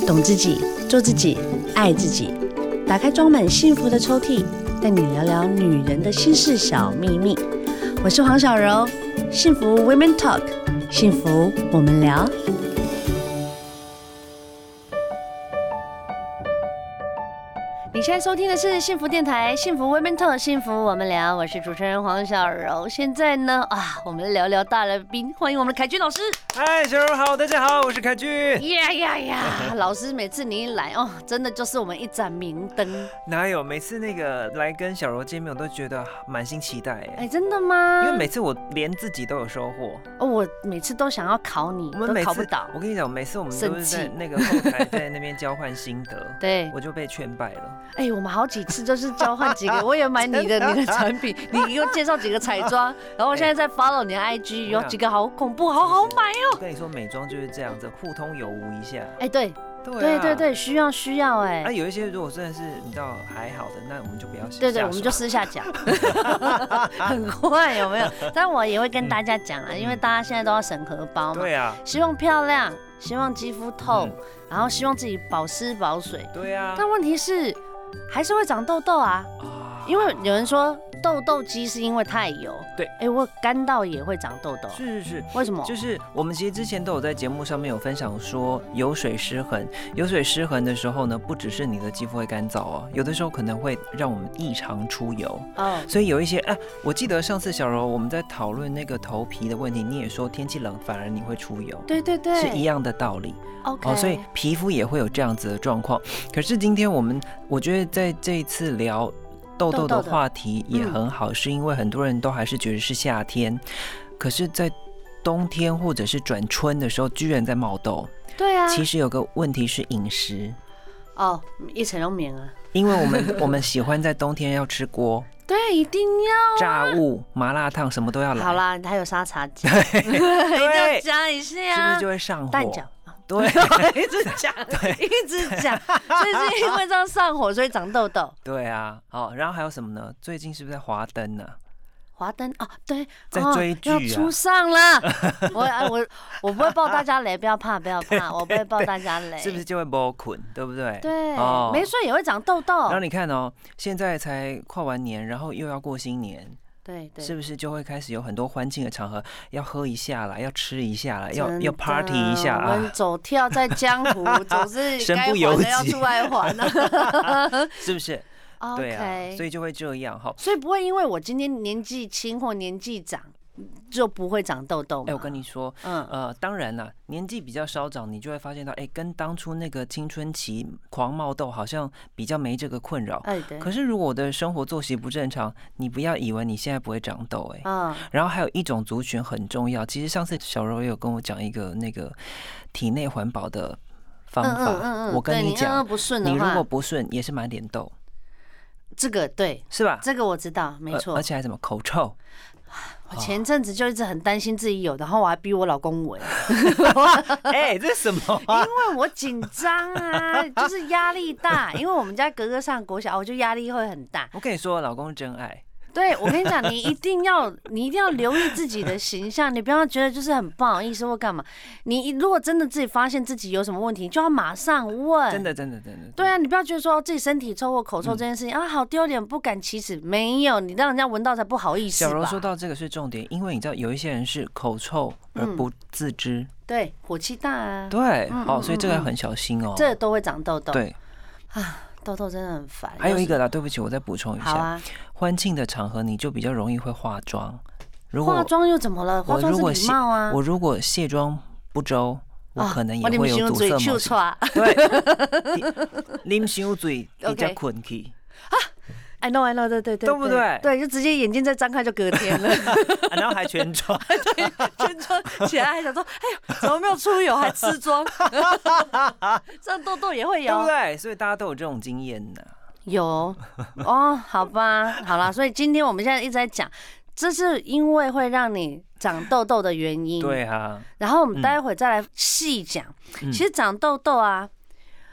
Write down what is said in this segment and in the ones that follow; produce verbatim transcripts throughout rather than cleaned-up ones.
懂自己，做自己，爱自己。打开装满幸福的抽屉，带你聊聊女人的心事小秘密。我是黄小柔，幸福 Women Talk， 幸福我们聊。你现在收听的是幸福电台，幸福 Women Talk， 幸福我们聊。我是主持人黄小柔。现在呢，啊，我们聊聊大来宾，欢迎我们的凯君老师。 嗨，小柔好，大家好，我是凯君。 呀呀呀！老师，每次你一来哦，真的就是我们一盏明灯。 哪有？每次那个来跟小柔见面，我都觉得满心期待哎。 哎，真的吗？ 因为每次我连自己都有收获。 哦，我每次都想要考你， 我们每次都考不倒。 我跟你讲，每次我们都是在那个后台在那边交换心得， 对， 我就被劝败了。 哎，我们好几次就是交换几个，我也买你的你的产品，你给我介绍几个彩妆，然后我现在在 follow 你的 I G， 有几个好恐怖，好好买哦。 我跟你说，美妆就是这样子，互通有无一下。 哎，对。 对啊、 对对对，需要需要哎、欸。 啊，有一些如果真的是你知道还好的，那我们就不要。 对对，我们就私下讲，很快有没有？但我也会跟大家讲啊，因为大家现在都要省荷包嘛。 对啊。 希望漂亮，希望肌肤透， 嗯、 然后希望自己保湿保水。 对啊。 但问题是，还是会长痘痘啊。啊因为有人说痘痘肌是因为太油， 对， 哎、欸，我干到也会长痘痘， 是是是， 为什么？ 就是我们其实之前都有在节目上面有分享说，油水失衡，油水失衡的时候呢，不只是你的肌肤会干燥哦，有的时候可能会让我们异常出油哦，所以有一些啊，我记得上次小柔我们在讨论那个头皮的问题，你也说天气冷反而你会出油， 对对对， 是一样的道理。 OK，、 哦、所以皮肤也会有这样子的状况。可是今天我们我觉得在这一次聊痘痘的话题也很好，是因为很多人都还是觉得是夏天，可是在冬天或者是转春的时候居然在冒痘。 对啊， 其实有个问题是饮食哦，一层都免啊， 因为我们我们喜欢在冬天要吃锅， 对，一定要、啊、 炸物、麻辣烫什么都要来。 好啦，还有沙茶酱，对，一定要加一下， 是不是就会上火？ 蛋饺。 对， 一直讲，一直讲，所以是因为这样上火，所以长痘痘。 对啊，好，然后还有什么呢？最近是不是在华灯呢、啊？ 华灯哦，对， 在追剧、啊哦、要出上了。我我我不会爆大家雷，不要怕，不要怕，我不会爆大家雷。 是不是就会没困，对不对？ 对，哦、没睡也会长痘痘。 然后你看哦，现在才跨完年，然后又要过新年。 对对， 是不是就会开始有很多欢庆的场合，要喝一下啦，要吃一下啦，要要 party 一下啊？ 我们走跳在江湖，总是该还的要出来还啊， 是不是？ Okay. 对啊，所以就会这样哈。 所以不会因为我今天年纪轻或年纪长就不会长痘痘吗？ 哎、欸，我跟你说，嗯呃，当然啦，年纪比较稍长，你就会发现到，哎、欸，跟当初那个青春期狂冒痘好像比较没这个困扰。哎，对。可是如果我的生活作息不正常，你不要以为你现在不会长痘，哎。嗯。然后还有一种族群很重要，其实上次小柔也有跟我讲一个那个体内环保的方法。嗯嗯嗯。我跟你讲，你如果不顺，也是满脸痘。 这个对， 是吧？ 这个我知道，没错。 而且还什么口臭。 我前阵子就一直很担心自己有，然后我还逼我老公闻。 哎、欸，这是什么、 啊？因为我紧张啊，就是压力大。因为我们家哥哥上国小，我就压力会很大。 我跟你说，老公是真爱。 对，我跟你讲，你一定要，你一定要留意自己的形象，你不要觉得就是很不好意思或干嘛。你如果真的自己发现自己有什么问题，就要马上问。 真的，真的，真的。 对啊，你不要觉得说自己身体臭或口臭这件事情、嗯、啊，好丢脸，不敢启齿。没有，你让人家闻到才不好意思吧。 小柔说到这个是重点，因为你知道有一些人是口臭而不自知，嗯、 对，火气大啊。 对，嗯、哦，所以这个要很小心哦。 这都会长痘痘。 对， 啊。痘痘真的很烦。 还有一个啦，对不起，我再补充一下。 好啊。 欢庆的场合你就比较容易会化妆。如果化妆又怎么了？化妆是礼貌啊。 我如果卸妆不周，我可能也会有堵塞毛孔。 对，啉伤醉，你才困去。 啊 I know, I know， 对对对， 对不对？ 对，就直接眼睛再张开就隔天了， 然后还全妆， 对，全妆起来还想说，哎呦，怎么没有出油还吃妆？这样痘痘也会有， 对不对？所以大家都有这种经验呢。 有哦，好吧，好啦，所以今天我们现在一直在讲，这是因为会让你长痘痘的原因。 对啊。 然后我们待会再来细讲，嗯、其实长痘痘啊。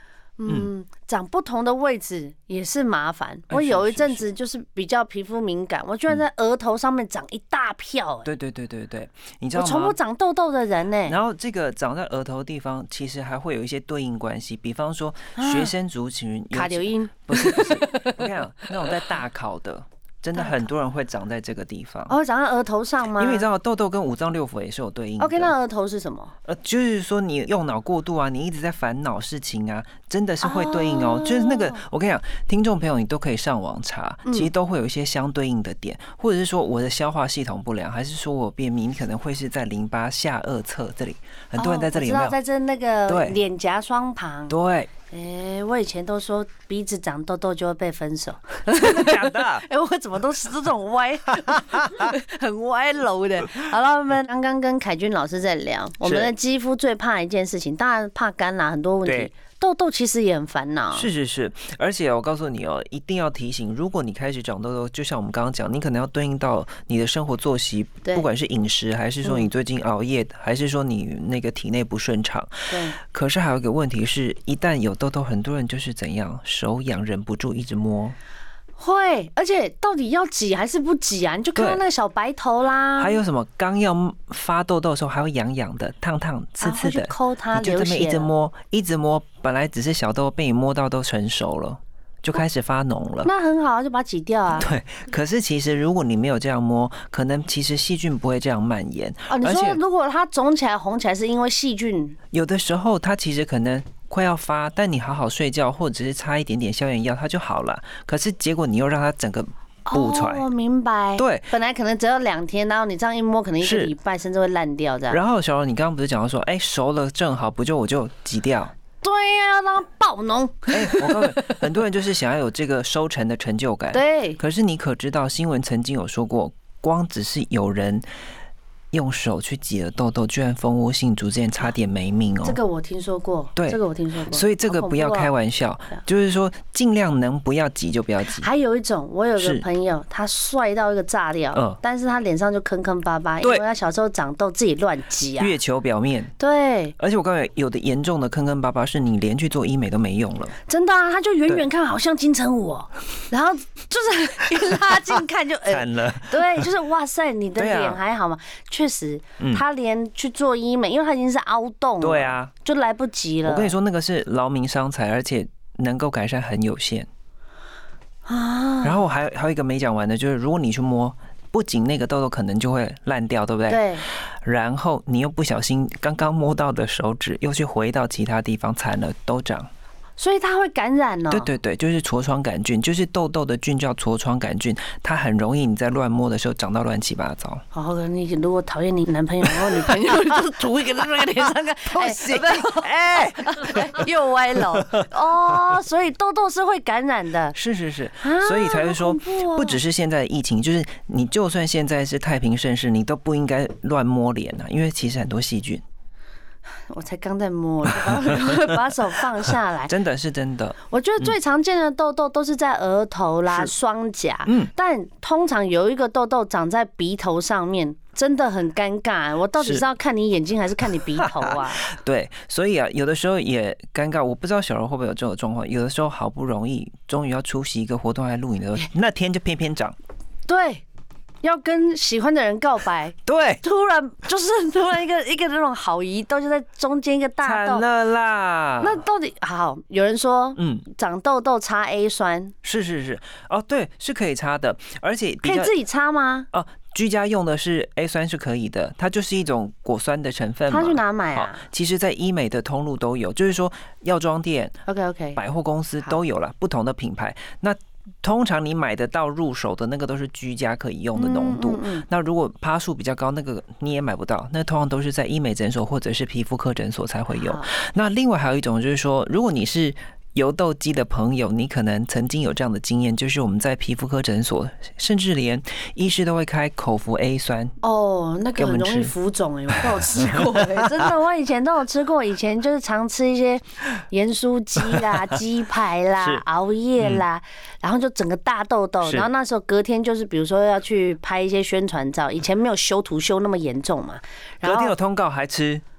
嗯，长不同的位置也是麻烦。我有一阵子就是比较皮肤敏感，我居然在额头上面长一大票、欸。 对对对对对，你知道吗？ 我从不长痘痘的人呢、欸。 然后这个长在额头的地方，其实还会有一些对应关系，比方说学生族群、 卡留音， 不是不是，我看那种在大考的。真的很多人会长在这个地方哦，长在额头上吗？ 因为你知道痘痘跟五脏六腑也是有对应的。 OK， 那额头是什么？ 呃，就是说你用脑过度啊，你一直在烦恼事情啊，真的是会对应哦。就是那个，我跟你讲，听众朋友你都可以上网查，其实都会有一些相对应的点，或者是说我的消化系统不良，还是说我便秘，你可能会是在淋巴下颚侧这里，很多人在这里有没有？ 我知道，在这那个脸颊双旁。 对。 哎、欸，我以前都说鼻子长痘痘就会被分手， 真的假的？ 哎、欸，我怎么都是这种歪，很歪楼的。好了，我们刚刚跟凯君老师在聊，我们的肌肤最怕一件事情，当然怕干啦，很多问题。痘痘其实也很烦恼， 是是是，而且我告诉你哦，一定要提醒，如果你开始长痘痘，就像我们刚刚讲，你可能要对应到你的生活作息，不管是饮食，还是说你最近熬夜，还是说你那个体内不顺畅。对。可是还有一个问题是，一旦有痘痘，很多人就是怎样，手痒忍不住一直摸。 会，而且到底要挤还是不挤啊？你就看到那个小白头啦。 还有什么？刚要发痘痘的时候，还会痒痒的、烫烫、刺刺的， 抠它， 你就这么一直摸，一直摸，本来只是小痘，被你摸到都成熟了，就开始发脓了。 那很好，就把它挤掉啊。 对，可是其实如果你没有这样摸，可能其实细菌不会这样蔓延。 哦，你说如果它肿起来、红起来，是因为细菌？ 有的时候它其实可能快要发，但你好好睡觉，或者是擦一点点消炎药，它就好了。可是结果你又让它整个布出来。 哦，明白。 对， 本来可能只有两天，然后你这样一摸，可能一个礼拜，甚至会烂掉这样。 然后小柔，你刚刚不是讲到说，哎、欸，熟了正好，不就我就挤掉？ 对呀、啊，要让它爆脓。 哎、欸，我告诉你，很多人就是想要有这个收成的成就感。 对。 可是你可知道，新闻曾经有说过，光只是有人用手去挤了痘痘，居然蜂窝性组织炎差点没命哦。 这个我听说过， 对， 这个我听说过。 所以这个不要开玩笑，就是说尽量能不要挤就不要挤。 还有一种，我有个朋友，他帅到一个炸掉，嗯，但是他脸上就坑坑巴巴，因为他小时候长痘自己乱挤啊。 月球表面。 对。 而且我告诉你，有的严重的坑坑巴巴是你连去做医美都没用了。 真的啊，他就远远看好像金城武哦，然后就是一拉近看就惨了。 对，就是哇塞，你的脸还好吗？确实，他连去做医美，因为他已经是凹洞了， 对啊， 就来不及了。 我跟你说，那个是劳民伤财，而且能够改善很有限啊。然后还还有一个没讲完的，就是如果你去摸，不仅那个痘痘可能就会烂掉，对不对？ 对。 然后你又不小心刚刚摸到的手指又去回到其他地方，惨了，都长。 所以它会感染哦。 对对对，就是痤疮杆菌，就是痘痘的菌叫痤疮杆菌，它很容易你在乱摸的时候长到乱七八糟。 好，你如果讨厌你男朋友或女朋友，就涂一个在那个脸上看， 不行，哎， 又歪楼哦。所以痘痘是会感染的。 是是是，所以才会说，不只是现在的疫情，就是你就算现在是太平盛世，你都不应该乱摸脸啊，因为其实很多细菌。 我才刚在摸，就把手放下来。 真的是真的。 我觉得最常见的痘痘都是在额头啦、双颊，嗯，但通常有一个痘痘长在鼻头上面，真的很尴尬。我到底是要看你眼睛还是看你鼻头啊？ 对，所以啊，有的时候也尴尬。我不知道小柔会不会有这种状况。有的时候好不容易终于要出席一个活动来录影的时候，那天就偏偏长。 对。要跟喜欢的人告白， 对， 突然就是突然一个一个那种好移痘就在中间一个大痘，惨了啦！ 那到底好？有人说，嗯，长痘痘擦 A 酸， 是是是，哦，对，是可以擦的，而且可以自己擦吗？ 哦，居家用的是 A 酸是可以的，它就是一种果酸的成分嘛。 他去哪买啊？ 其实，在医美的通路都有，就是说药妆店、 OK OK、 百货公司都有了，不同的品牌。那通常你买得到入手的那个都是居家可以用的浓度，嗯嗯嗯，那如果趴数比较高，那个你也买不到，那通常都是在医美诊所或者是皮肤科诊所才会有。那另外还有一种就是说，如果你是油痘肌的朋友，你可能曾经有这样的经验，就是我们在皮肤科诊所，甚至连医师都会开口服 A 酸。 哦，那个很容易浮肿哎，我都有吃过哎，真的，我以前都有吃过。以前就是常吃一些盐酥鸡啦、鸡排啦、熬夜啦，嗯，然后就整个大痘痘。然后那时候隔天就是，比如说要去拍一些宣传照，以前没有修图修那么严重嘛。 隔天有通告还吃。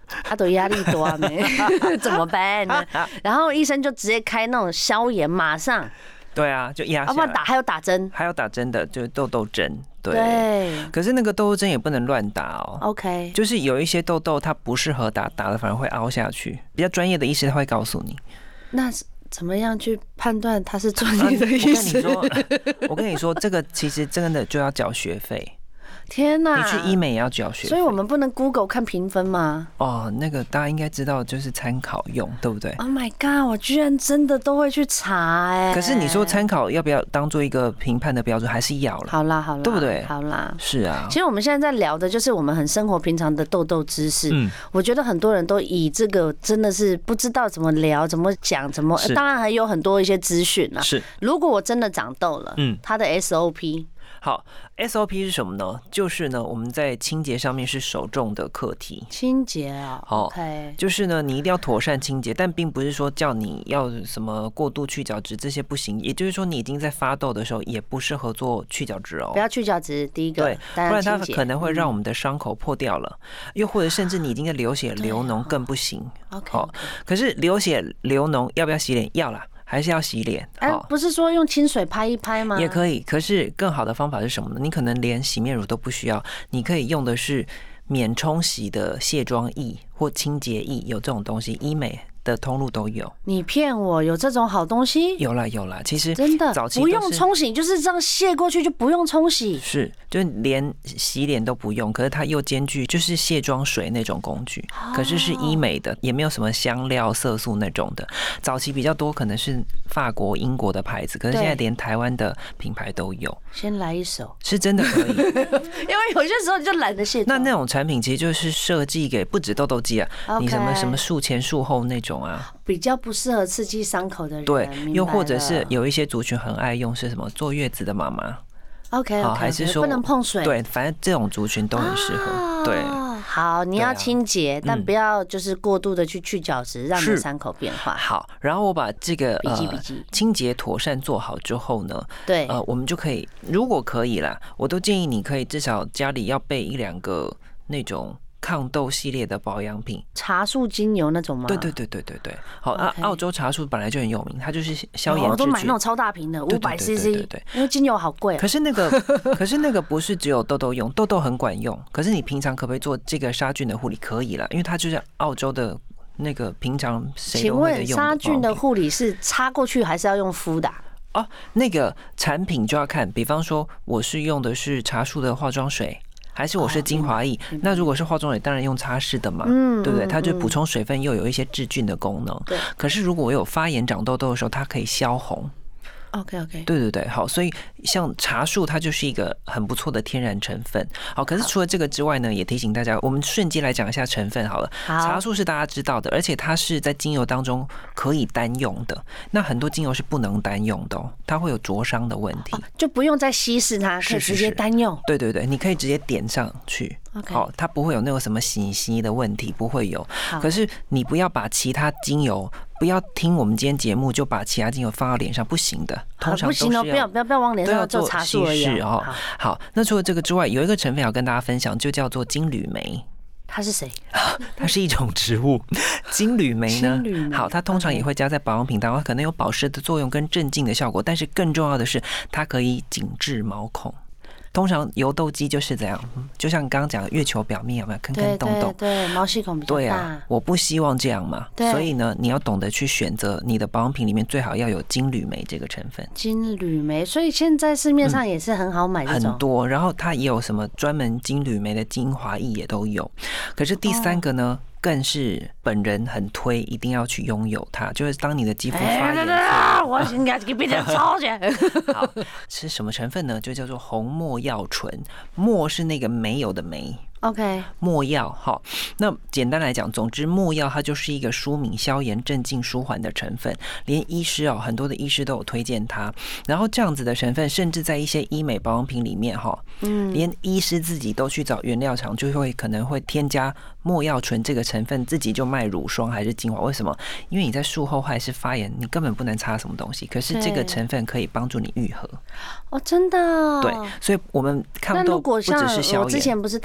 他都压力多啊没，怎么办呢？然后医生就直接开那种消炎，马上。 对啊，就压下来。 要不然打还有打针， 还有打针的，就是痘痘针。对， 对， 可是那个痘痘针也不能乱打哦。 OK， 就是有一些痘痘它不适合打，打了反而会凹下去。比较专业的医师他会告诉你。 那怎么样去判断他是专业的医师？ 啊、我跟你说，我跟你说，这个其实真的就要缴学费。 天哪！ 你去医美也要缴学费， 所以我们不能 Google 看评分吗？ 哦，那个大家应该知道，就是参考用，对不对 ？Oh my god！ 我居然真的都会去查哎、欸。 可是你说参考要不要当做一个评判的标准，还是要了？ 好啦好啦， 对不对？ 好啦， 是啊。 其实我们现在在聊的就是我们很生活平常的痘痘知识。嗯，我觉得很多人都以这个真的是不知道怎么聊、怎么讲、怎么，当然还有很多一些资讯啊。是，如果我真的长痘了，嗯，它的 S O P。 好 ，S O P 是什么呢？就是呢，我们在清洁上面是首重的课题。 清洁啊，好 ，OK， 就是呢，你一定要妥善清洁，但并不是说叫你要什么过度去角质这些不行。也就是说，你已经在发痘的时候，也不适合做去角质哦。 不要去角质，第一个， 对，不然它可能会让我们的伤口破掉了，又或者甚至你已经在流血流脓更不行。 OK， 哦， 可是流血流脓要不要洗脸？要啦。还是要洗脸， 哎，不是说用清水拍一拍吗？ 也可以，可是更好的方法是什么呢？你可能连洗面乳都不需要，你可以用的是免冲洗的卸妆液或清洁液，有这种东西，医美的通路都有。 你骗我，有这种好东西？ 有啦有啦，其实真的早期不用冲洗，就是这样卸过去就不用冲洗， 是，就连洗脸都不用。可是它又兼具就是卸妆水那种工具，可是是医美的，也没有什么香料、色素那种的。早期比较多可能是法国、英国的牌子，可是现在连台湾的品牌都有。 先来一首， 是真的可以，因为有些时候你就懒得卸妆。 那那种产品其实就是设计给不止痘痘肌啊， okay， 你什么什么术前术后那种啊， 比较不适合刺激伤口的人。 对，又或者是有一些族群很爱用是什么坐月子的妈妈。 OK， 好， 还是说不能碰水？ 对，反正这种族群都很适合。啊、对， 好，你要清洁，啊、但不要就是过度的去去角质，让你的伤口变化。 好，然后我把这个笔记笔记清洁妥善做好之后呢， 对， 呃，我们就可以，如果可以啦，我都建议你可以至少家里要备一两个那种抗痘系列的保养品， 茶树精油那种吗？ 对对对对对对。好，啊，澳洲茶树本来就很有名，它就是消炎。 我都买那种超大瓶的，五百 C C， 对对，因为精油好贵。 可是那个，可是那个不是只有痘痘用，痘痘很管用。可是你平常可不可以做这个杀菌的护理？可以啦，因为它就是澳洲的那个平常谁都会用的。 请问杀菌的护理是擦过去还是要用敷的？ 哦，那个产品就要看，比方说我是用的是茶树的化妆水。还是我是精华液，哦、那如果是化妆水，当然用擦拭的嘛，嗯、对不对？它就补充水分，又有一些治菌的功能。对。可是如果我有发炎、长痘痘的时候，它可以消红。 OK OK。 对对对，好，所以像茶树，它就是一个很不错的天然成分。好，可是除了这个之外呢，也提醒大家，我们瞬间来讲一下成分好了。好。茶树是大家知道的，而且它是在精油当中可以单用的。那很多精油是不能单用的哦，它会有灼伤的问题，哦、 就不用再稀释它，可以直接单用。 是是是对对对，你可以直接点上去。 Okay. 好，它不会有那个什么洗洗的问题，不会有。可是你不要把其他精油，不要听我们今天节目就把其他精油放到脸上，不行的。通常都是要不行哦，不要不要不要往脸上做茶树而已哦。好，那除了这个之外，有一个成分要跟大家分享，就叫做金缕梅。 它是谁？ 它是一种植物。金缕梅呢？好，它通常也会加在保养品当中，可能有保湿的作用跟镇静的效果，但是更重要的是，它可以紧致毛孔。通常油痘肌就是这样，就像你刚刚讲的月球表面有没有坑坑洞洞？ 对对对，毛细孔比较大。 对啊，我不希望这样嘛。所以呢，你要懂得去选择你的保养品里面最好要有金缕梅这个成分。 金缕梅，所以现在市面上也是很好买这种、 嗯、很多，然后它也有什么专门金缕梅的精华液也都有。可是第三个呢？哦更是本人很推，一定要去拥有它。就是当你的肌肤发炎， 欸、我应该给别人抄去。 好，是什么成分呢？就叫做红没药醇，没是那个没有的没。 OK， 没药好，那简单来讲，总之没药它就是一个舒敏、消炎、镇静、舒缓的成分，连医师哦，很多的医师都有推荐它。然后这样子的成分，甚至在一些医美保养品里面哈，嗯，连医师自己都去找原料厂，就会可能会添加没药醇这个成分，自己就卖乳霜还是精华。为什么？因为你在术后还是发炎，你根本不能擦什么东西，可是这个成分可以帮助你愈合。 哦，真的？ 对，所以我们抗痘不只是消炎。 我之前不是烫伤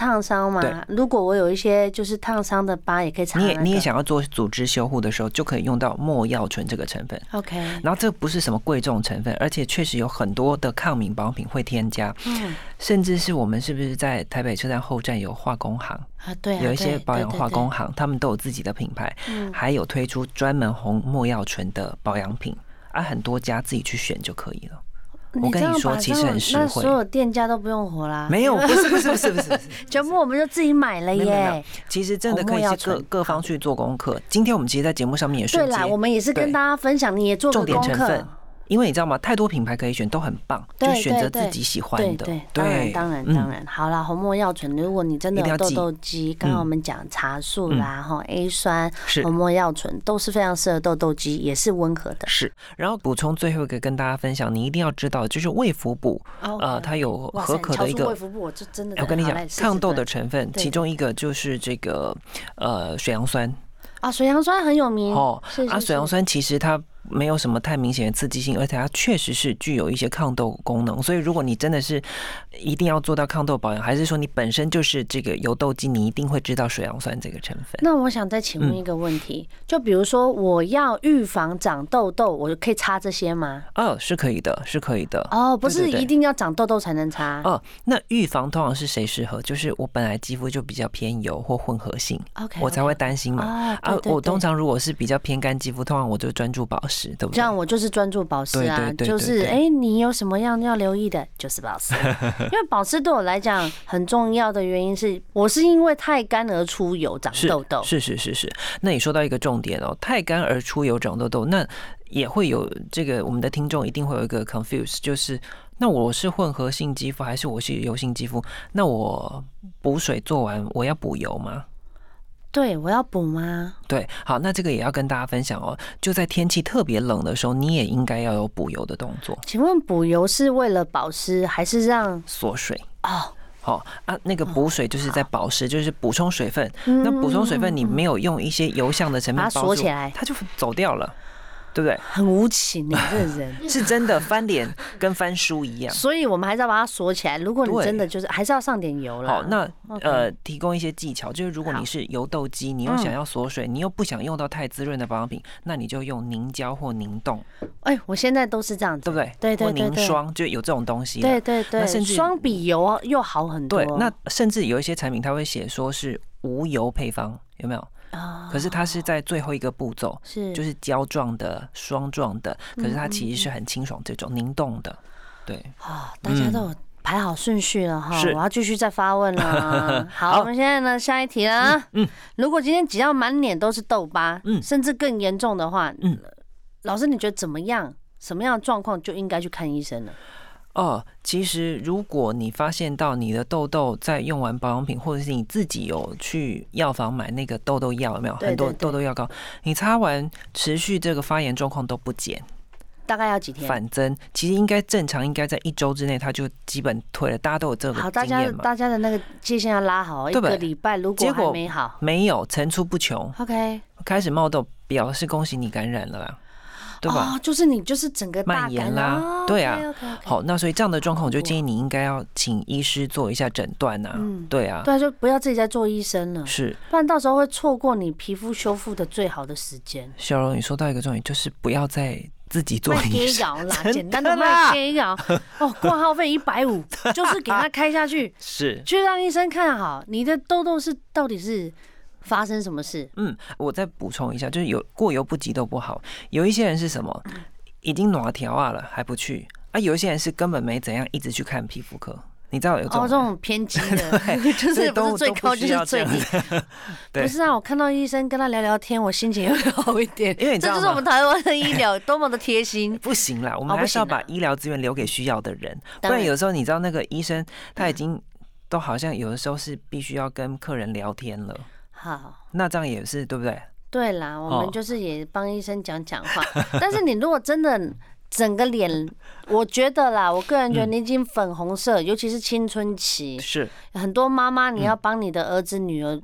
伤嘛，如果我有一些就是烫伤的疤，也可以擦、那個。 你也你也想要做组织修护的时候，就可以用到没药醇这个成分。 OK， 然后这不是什么贵重成分，而且确实有很多的抗敏保养品会添加，嗯，甚至是我们是不是在台北车站后站有化工行啊？对啊， 有一些保养化工行，他们都有自己的品牌，嗯，还有推出专门红没药醇的保养品，啊，很多家自己去选就可以了。我跟你说，其实很实惠， 那所有店家都不用活啦。 没有，不是不是不是不是， 全部我们就自己买了耶。 其实真的可以是各各方去做功课。今天我们其实，在节目上面也是对啦，我们也是跟大家分享，你也做个功课。重点成分。 因为你知道吗？太多品牌可以选，都很棒，就选择自己喜欢的。 对，当然，当然，当然。好啦，红没药醇，如果你真的有痘痘肌，刚刚我们讲茶树啦、哈 A 酸、红没药醇都是非常适合痘痘肌，也是温和的。 是。然后补充最后一个跟大家分享，你一定要知道，就是卫福部，呃，它有核可的一个。 卫福部，我就真的。 我跟你讲，抗痘的成分，其中一个就是这个呃水杨酸。 啊，水杨酸很有名哦。啊，水杨酸其实它没有什么太明显的刺激性，而且它确实是具有一些抗痘功能。所以，如果你真的是一定要做到抗痘保养，还是说你本身就是这个有痘肌，你一定会知道水杨酸这个成分。 那我想再请问一个问题，嗯、就比如说我要预防长痘痘，我可以擦这些吗？ 哦，是可以的，是可以的。 哦，不是一定要长痘痘才能擦。 哦，那预防通常是谁适合？就是我本来肌肤就比较偏油或混合性 ，OK， 我才会担心嘛。 哦、对对对啊， 我通常如果是比较偏干肌肤，通常我就专注保湿，对不对？ 这样我就是专注保湿啊， 对对对对对， 就是哎、欸，你有什么样要留意的，就是保湿。因为保湿对我来讲很重要的原因是，我是因为太干而出油长痘痘。 是是是是。那你说到一个重点哦，太干而出油长痘痘，那也会有这个我们的听众一定会有一个 confuse， 就是那我是混合性肌肤还是我是油性肌肤？那我补水做完，我要补油吗？ 对，我要补吗？ 对，好，那这个也要跟大家分享哦。就在天气特别冷的时候，你也应该要有补油的动作。 请问补油是为了保湿，还是让锁水？ 哦， 好啊，那个补水就是在保湿，就是补充水分。那补充水分，你没有用一些油相的成分把它锁起来， 它就走掉了。对不对？ 很无情哎，这人是真的翻脸跟翻书一样， 所以我们还是要把它锁起来。如果你真的就是还是要上点油啦。 好，那呃，提供一些技巧，就是如果你是油痘肌，你又想要锁水，你又不想用到太滋润的保养品，那你就用凝胶或凝冻。 哎，我现在都是这样子， 对不对？ 对对对， 或凝霜就有这种东西。 对对对，甚至霜比油又好很多。 对，那甚至有一些产品它会写说是无油配方，有没有？可是它是在最后一个步骤， 是就是胶状的、霜状的，可是它其实是很清爽这种凝冻的，对。 啊，大家都有排好顺序了哈，我要继续再发问了。好，我们现在呢下一题了。嗯，如果今天只要满脸都是痘疤，嗯，甚至更严重的话，嗯，老师你觉得怎么样？什么样的状况就应该去看医生呢？ 哦，其实如果你发现到你的痘痘在用完保养品，或者是你自己有去药房买那个痘痘药，有没有？很多痘痘药膏，你擦完持续这个发炎状况都不减， 大概要几天？ 反增，其实应该正常，应该在一周之内，它就基本退了。大家都有这个经验嘛？ 好，大家大家的那个界限要拉好，一个礼拜如果还没好， 没有层出不穷 ，OK， 开始冒痘，表示恭喜你感染了啦。对吧？ 哦，就是你就是整个蔓延啦， 哦、 对啊。 okay, okay, okay. 好，那所以这样的状况，我就建议你应该要请医师做一下诊断啊。嗯，对啊， 对啊，就不要自己再做医生了， 是， 不然到时候会错过你皮肤修复的最好的时间。 小柔，你说到一个重点，就是不要再自己做医生啦，简单的卖给药哦，挂号费一百五，就是给他开下去， 是， 去让医生看好你的痘痘是到底是。发生什么事？ 嗯，我再补充一下，就是有过犹不及都不好。有一些人是什么，已经哪条啊了还不去啊？有一些人是根本没怎样，一直去看皮肤科。你知道有这种、 哦、这种偏激的，就是不是最高就是最低。不是啊，我看到医生跟他聊聊天，我心情也会好一点。 因为你知道吗？ 这就是我们台湾的医疗多么的贴心。 不行啦，我们还是要把医疗资源留给需要的人，哦、不然有时候你知道那个医生他已经都好像有的时候是必须要跟客人聊天了。 好， 那这样也是对不对？ 对啦，我们就是也帮医生讲讲话。哦、但是你如果真的整个脸，我觉得啦，我个人觉得你已经粉红色，嗯、尤其是青春期， 是很多妈妈你要帮你的儿子女儿，嗯。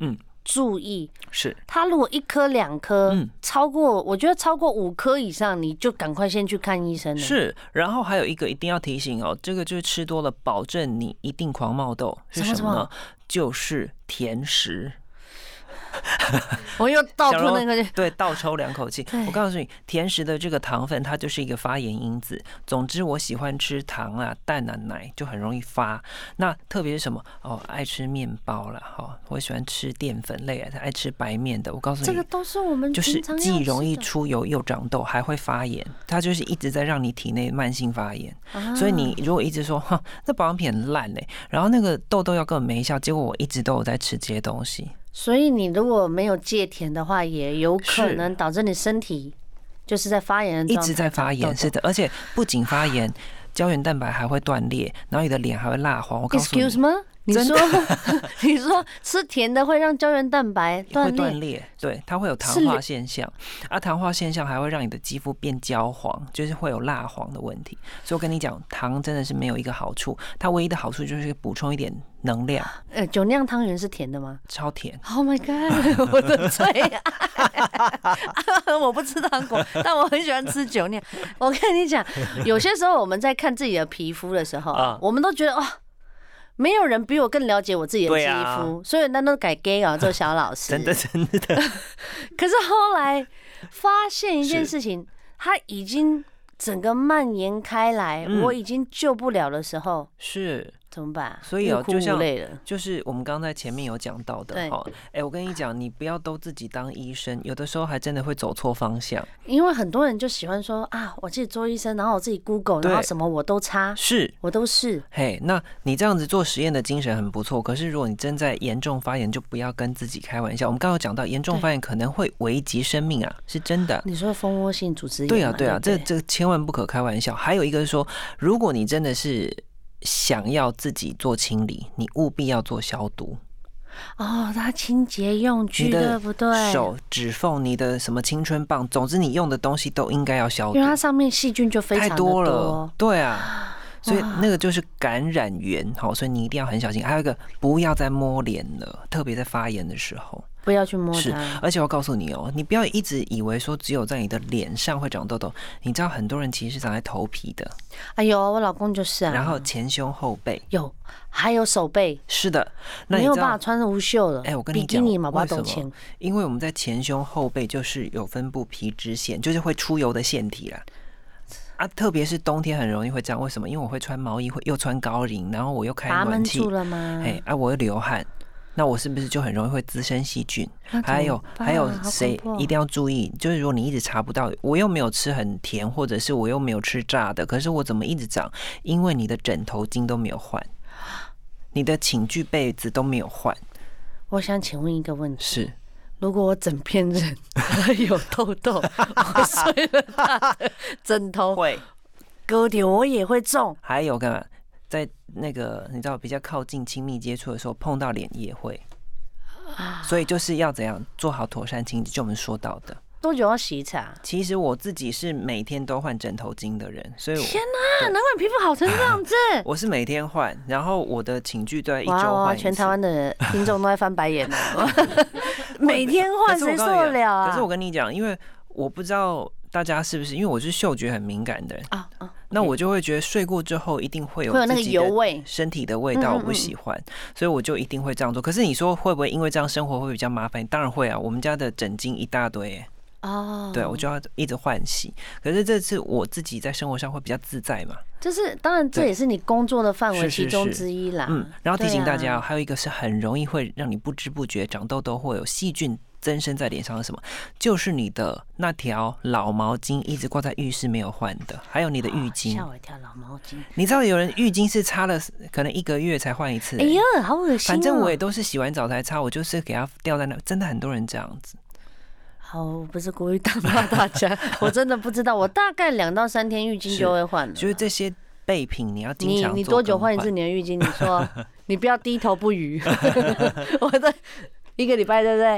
注意。 是， 它如果一颗两颗，嗯，超过我觉得超过五颗以上，你就赶快先去看医生了。 是，然后还有一个一定要提醒哦，这个就是吃多了，保证你一定狂冒痘。是什么呢？就是甜食。 我又倒吐那个， 对，倒抽两口气。我告诉你，甜食的这个糖分，它就是一个发炎因子。总之，我喜欢吃糖啊、蛋啊、奶，就很容易发。那特别是什么哦，爱吃面包啦，哈、哦，我喜欢吃淀粉类啊，爱吃白面的。我告诉你， 这个都是我们就是既容易出油又长痘，还会发炎。它就是一直在让你体内慢性发炎。啊、所以你如果一直说，哼，那保养品很烂嘞、欸，然后那个痘痘药根本没效，结果我一直都有在吃这些东西。 所以你如果没有戒甜的话，也有可能导致你身体就是在发炎的状态， 一直在发炎。是的，而且不仅发炎，胶原蛋白还会断裂，然后你的脸还会蜡黄。我告诉你 ，Excuse me， 你说你说吃甜的会让胶原蛋白断裂？ 会断裂，对，它会有糖化现象，啊，糖化现象还会让你的肌肤变焦黄，就是会有蜡黄的问题。所以我跟你讲，糖真的是没有一个好处，它唯一的好处就是补充一点能量。 呃，酒酿汤圆是甜的吗？ 超甜 ！Oh my god， 我的最爱！我不吃糖果，但我很喜欢吃酒酿。我跟你讲，有些时候我们在看自己的皮肤的时候，啊、我们都觉得哇。没有人比我更了解我自己的肌肤，啊、所以那都改 gay 啊，做小老师。 真的真的。 可是后来发现一件事情，它已经整个蔓延开来，嗯、我已经救不了的时候， 是怎么办？ 所以哦，就像就是我们刚刚在前面有讲到的哈，哎，我跟你讲，你不要都自己当医生，有的时候还真的会走错方向。 因为很多人就喜欢说啊，我自己做医生，然后我自己 Google， 然后什么我都擦， 是我都是。 嘿，那你这样子做实验的精神很不错，可是如果你真在严重发炎，就不要跟自己开玩笑。我们刚刚有讲到，严重发炎可能会危及生命啊，是真的。 你说蜂窝性组织炎？ 对啊，对啊，这这千万不可开玩笑。还有一个是说，如果你真的是想要自己做清理，你务必要做消毒。 哦，它清洁用具对不对？ 手指缝、你的什么青春棒，总之你用的东西都应该要消毒， 因为它上面细菌就非常的多。 太多了。对啊，所以那个就是感染源，好，所以你一定要很小心。还有一个，不要再摸脸了，特别在发炎的时候。 不要去摸它。 是，而且我告诉你哦，你不要一直以为说只有在你的脸上会长痘痘，你知道很多人其实是长在头皮的。 哎呦，我老公就是啊。 然后前胸后背有， 还有手背。 是的，那没有办法穿无袖了。 哎、欸，我跟你讲， 为什么？ 因为我们在前胸后背就是有分布皮脂腺，就是会出油的腺体啦。啊，特别是冬天很容易会这样，为什么？因为我会穿毛衣，会又穿高领，然后我又开暖气， 拔闷住了吗？ 哎，啊，我又流汗。那我是不是就很容易会滋生细菌？还有还有谁一定要注意？就是如果你一直查不到，我又没有吃很甜，或者是我又没有吃炸的，可是我怎么一直长？因为你的枕头巾都没有换，你的寝具被子都没有换。 我想请问一个问题： 是， 如果我整片人有痘痘，我睡了大的枕头， 会隔天我也会中。 还有干嘛？在那个你知道比较靠近亲密接触的时候碰到脸也会，所以就是要怎样做好妥善清洁，就我们说到的。 多久要洗一次啊？ 其实我自己是每天都换枕头巾的人，所以我天哪，难怪你皮肤好成这样子。 我是每天换，然后我的寝具都在一周换一次。 全台湾的听众都在翻白眼了。每天换谁受得了啊？ 可是我跟你讲，因为我不知道大家是不是，因为我是嗅觉很敏感的人啊啊，那我就会觉得睡过之后一定会有会有那个油味， 身体的味道我不喜欢，所以我就一定会这样做。可是你说会不会因为这样生活会比较麻烦？当然会啊，我们家的枕巾一大堆。哦，对，我就要一直换洗。可是这次我自己在生活上会比较自在嘛， 就是当然这也是你工作的范围其中之一啦。 嗯，然后提醒大家，还有一个是很容易会让你不知不觉长痘痘或有细菌增生在脸上的什么，就是你的那条老毛巾一直挂在浴室没有换的，还有你的浴巾。 吓我一跳，老毛巾！ 你知道有人浴巾是擦了可能一个月才换一次、欸？ 哎呀，好恶心、哦！ 反正我也都是洗完澡才擦，我就是给它吊在那，真的很多人这样子。 好，我不是故意打骂大家，我真的不知道，我大概两到三天浴巾就会换了。 就是这些备品你要经常做。 你你多久换一次你的浴巾？你说，你不要低头不语。我的一个礼拜对不对？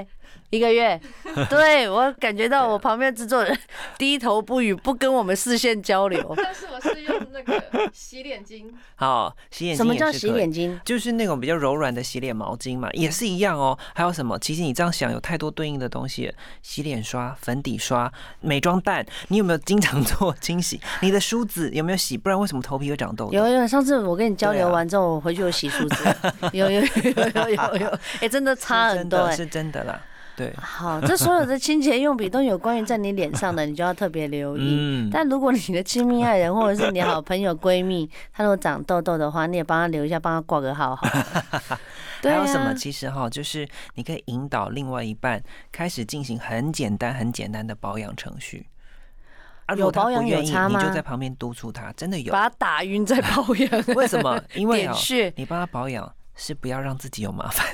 一个月，对我感觉到我旁边制作人低头不语，不跟我们视线交流。 但是我是用那个洗脸巾。 好，洗脸巾。 什么叫洗脸巾？ 就是那种比较柔软的洗脸毛巾嘛，也是一样哦。还有什么？其实你这样想，有太多对应的东西了。洗脸刷、粉底刷、美妆蛋，你有没有经常做清洗？你的梳子有没有洗？不然为什么头皮会长痘痘？ 有有，上次我跟你交流完之后，我回去有洗梳子。有有有有有有，哎、欸，真的差很多、欸， 是真的啦。对， 好，这所有的清洁用品都有关于在你脸上的，你就要特别留意。嗯，但如果你的亲密爱人或者是你好朋友闺蜜，他如果长痘痘的话，你也帮他留一下，帮他挂个号好了。对啊、 还有什么？其实哈，就是你可以引导另外一半开始进行很简单、很简单的保养程序。啊、 有保养有差吗？ 你就在旁边督促他，真的有。 把他打晕再保养。 为什么？因为、哦、 点穴你帮他保养。是不要让自己有麻烦。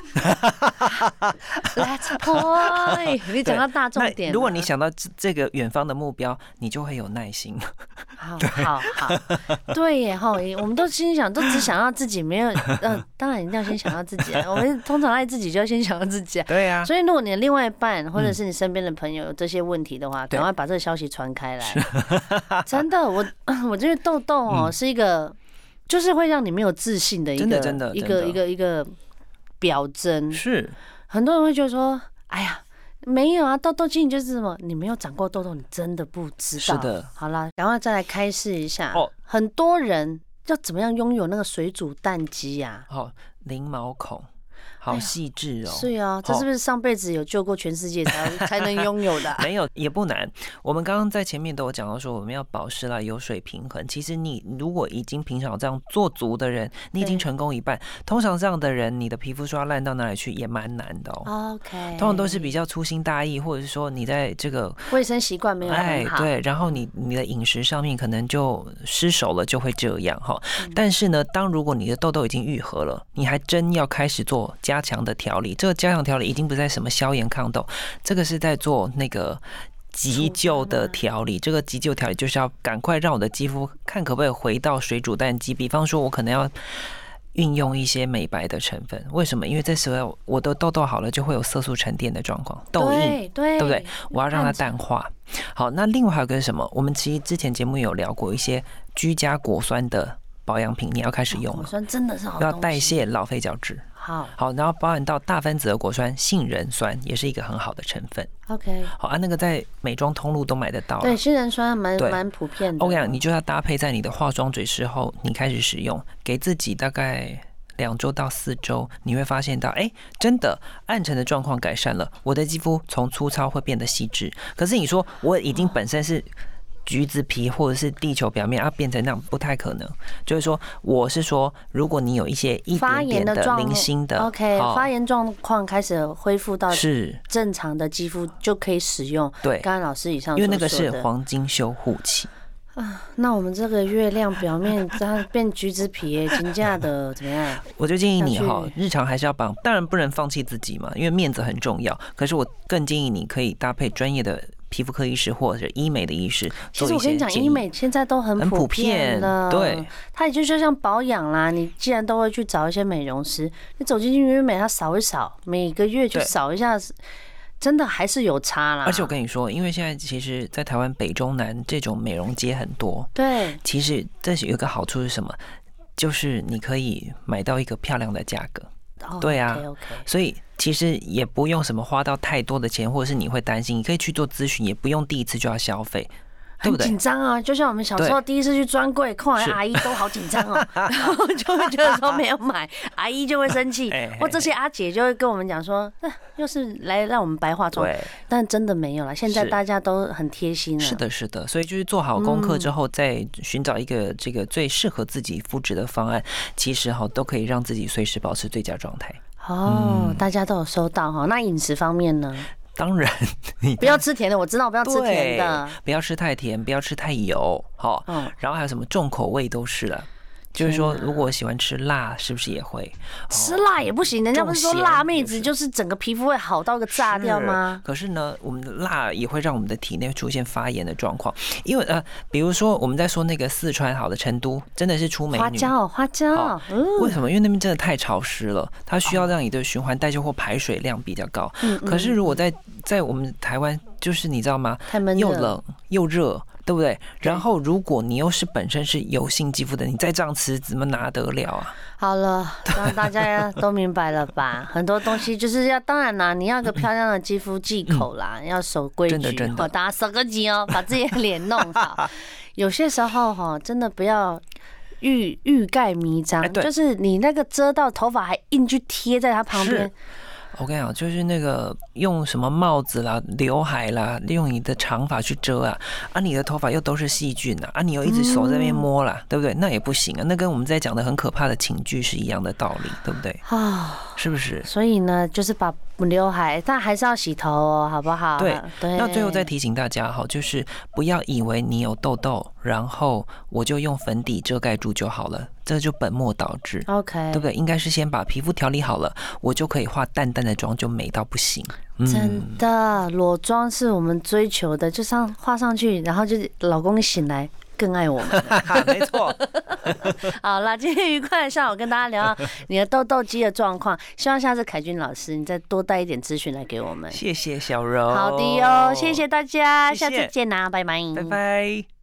Let's play， 你讲到大重点。 如果你想到这个远方的目标，你就会有耐心。 好好好，对耶哈，我们都心想，都只想要自己，没有呃，当然一定要先想要自己。我们通常爱自己就要先想要自己。 对啊。 所以如果你的另外一半或者是你身边的朋友有这些问题的话，赶快把这个消息传开来。真的，我我觉得痘痘哦是一个。就是会让你没有自信的一个真的真的一个一个一个表征。 是很多人会觉得说，哎呀，没有啊，痘痘肌就是什么，你没有长过痘痘，你真的不知道。 是的。 好啦，然后再来开示一下，哦，很多人要怎么样拥有那个水煮蛋肌呀？ 哦，零毛孔。好细致哦！ 是啊，这是不是上辈子有救过全世界才才能拥有的、啊？ 没有，也不难。我们刚刚在前面都有讲到说，我们要保湿啦，油水平衡。其实你如果已经平常这样做足的人，你已经成功一半。通常这样的人，你的皮肤说要烂到哪里去也蛮难的哦。 OK， 通常都是比较粗心大意，或者是说你在这个卫生习惯没有很好， 哎，对，然后你你的饮食上面可能就失手了，就会这样哈。嗯、但是呢，当如果你的痘痘已经愈合了，你还真要开始做加强的调理。这个加强调理已经不在什么消炎抗痘，这个是在做那个急救的调理。这个急救调理就是要赶快让我的肌肤看可不可以回到水煮蛋肌。比方说，我可能要运用一些美白的成分。为什么？因为这时候我的痘痘好了，就会有色素沉淀的状况，痘印，对，对不对？我要让它淡化。好，那另外还有个是什么？我们其实之前节目有聊过一些居家果酸的保养品，你要开始用了。果酸真的是好东西， 要代谢老废角质。 好， 好，然后包含到大分子的果酸、杏仁酸也是一个很好的成分。 OK， 好啊，那个在美妆通路都买得到。 对，杏仁酸蛮蛮普遍的。 我跟你讲，你就要搭配在你的化妆水时候，你开始使用，给自己大概两周到四周，你会发现到，哎、欸，真的暗沉的状况改善了，我的肌肤从粗糙会变得细致。可是你说我已经本身是橘子皮或者是地球表面啊，变成那样不太可能。就是说，我是说，如果你有一些一点点的零星的 ，OK， 发炎状况开始恢复到是正常的肌肤就可以使用。 对， 刚刚老师以上因为那个是黄金修护期。 啊，那我们这个月亮表面它变橘子皮耶，金价的怎么样？ 我就建议你哈，日常还是要帮，当然不能放弃自己嘛，因为面子很重要。可是我更建议你可以搭配专业的皮肤科医师或者医美的医师。 其实我跟你讲，医美现在都很普遍了， 对， 它也就像保养啦。你既然都会去找一些美容师，你走进去医美，它扫一扫，每个月去扫一下。真的还是有差啦， 而且我跟你说，因为现在其实，在台湾北中南这种美容街很多， 对， 其实这有一个好处是什么？就是你可以买到一个漂亮的价格， 哦、 对啊 okay, okay 所以其实也不用什么花到太多的钱，或者是你会担心，你可以去做咨询，也不用第一次就要消费。 很紧张啊，就像我们小时候第一次去专柜，看完阿姨都好紧张哦，然后就会觉得说没有买，阿姨就会生气，或这些阿姐就会跟我们讲说，那又是来让我们白化妆，但真的没有了。现在大家都很贴心了。 是的，是的，所以就是做好功课之后，再寻找一个这个最适合自己肤质的方案，其实哈都可以让自己随时保持最佳状态。 哦，嗯、大家都有收到哈。那饮食方面呢？ 当然，你不要吃甜的，我知道不要吃甜的， 不要吃太甜，不要吃太油，好，嗯，然后还有什么重口味都是了。 就是说，如果喜欢吃辣，是不是也会？ 吃辣也不行，人家不是说辣妹子就是整个皮肤会好到个炸掉吗？ 可是呢，我们的辣也会让我们的体内出现发炎的状况，因为呃，比如说我们在说那个四川好的成都，真的是出美女。 花椒，花椒， 嗯、为什么？因为那边真的太潮湿了，它需要让你的循环代谢或排水量比较高。嗯嗯、可是如果在在我们台湾，就是你知道吗？ 太闷了， 又冷又热。对不对？然后，如果你又是本身是油性肌肤的，你再这样吃，怎么拿得了啊？ 好了，让大家都明白了吧？很多东西就是要，当然啦，你要个漂亮的肌肤忌口啦，嗯、要守规矩， 真的真的， 大家守个矩哦，把自己的脸弄好。有些时候哈，真的不要欲欲盖弥彰，就是你那个遮到头发还硬去贴在它旁边。 我跟你讲，就是那个用什么帽子啦、刘海啦，利用你的长发去遮啊，啊，你的头发又都是细菌啊，啊，你又一直手在那边摸啦，嗯、对不对？那也不行啊，那跟我们在讲的很可怕的情绪是一样的道理，对不对？啊，是不是？ 所以呢，就是把刘海，但还是要洗头哦，好不好？ 对对。那最后再提醒大家哈，就是不要以为你有痘痘，然后我就用粉底遮盖住就好了。这就本末倒置 ，OK， 对不对？应该是先把皮肤调理好了，我就可以化淡淡的妆，就美到不行。 嗯、真的，裸妆是我们追求的，就上画上去，然后就是老公醒来更爱我们。 没错。 好啦，今天愉快的下午跟大家聊你的痘痘肌的状况，希望下次凯君老师你再多带一点资讯来给我们。 谢谢小柔。 好的哟，谢谢大家， 谢谢下次见啦，拜拜， 拜拜。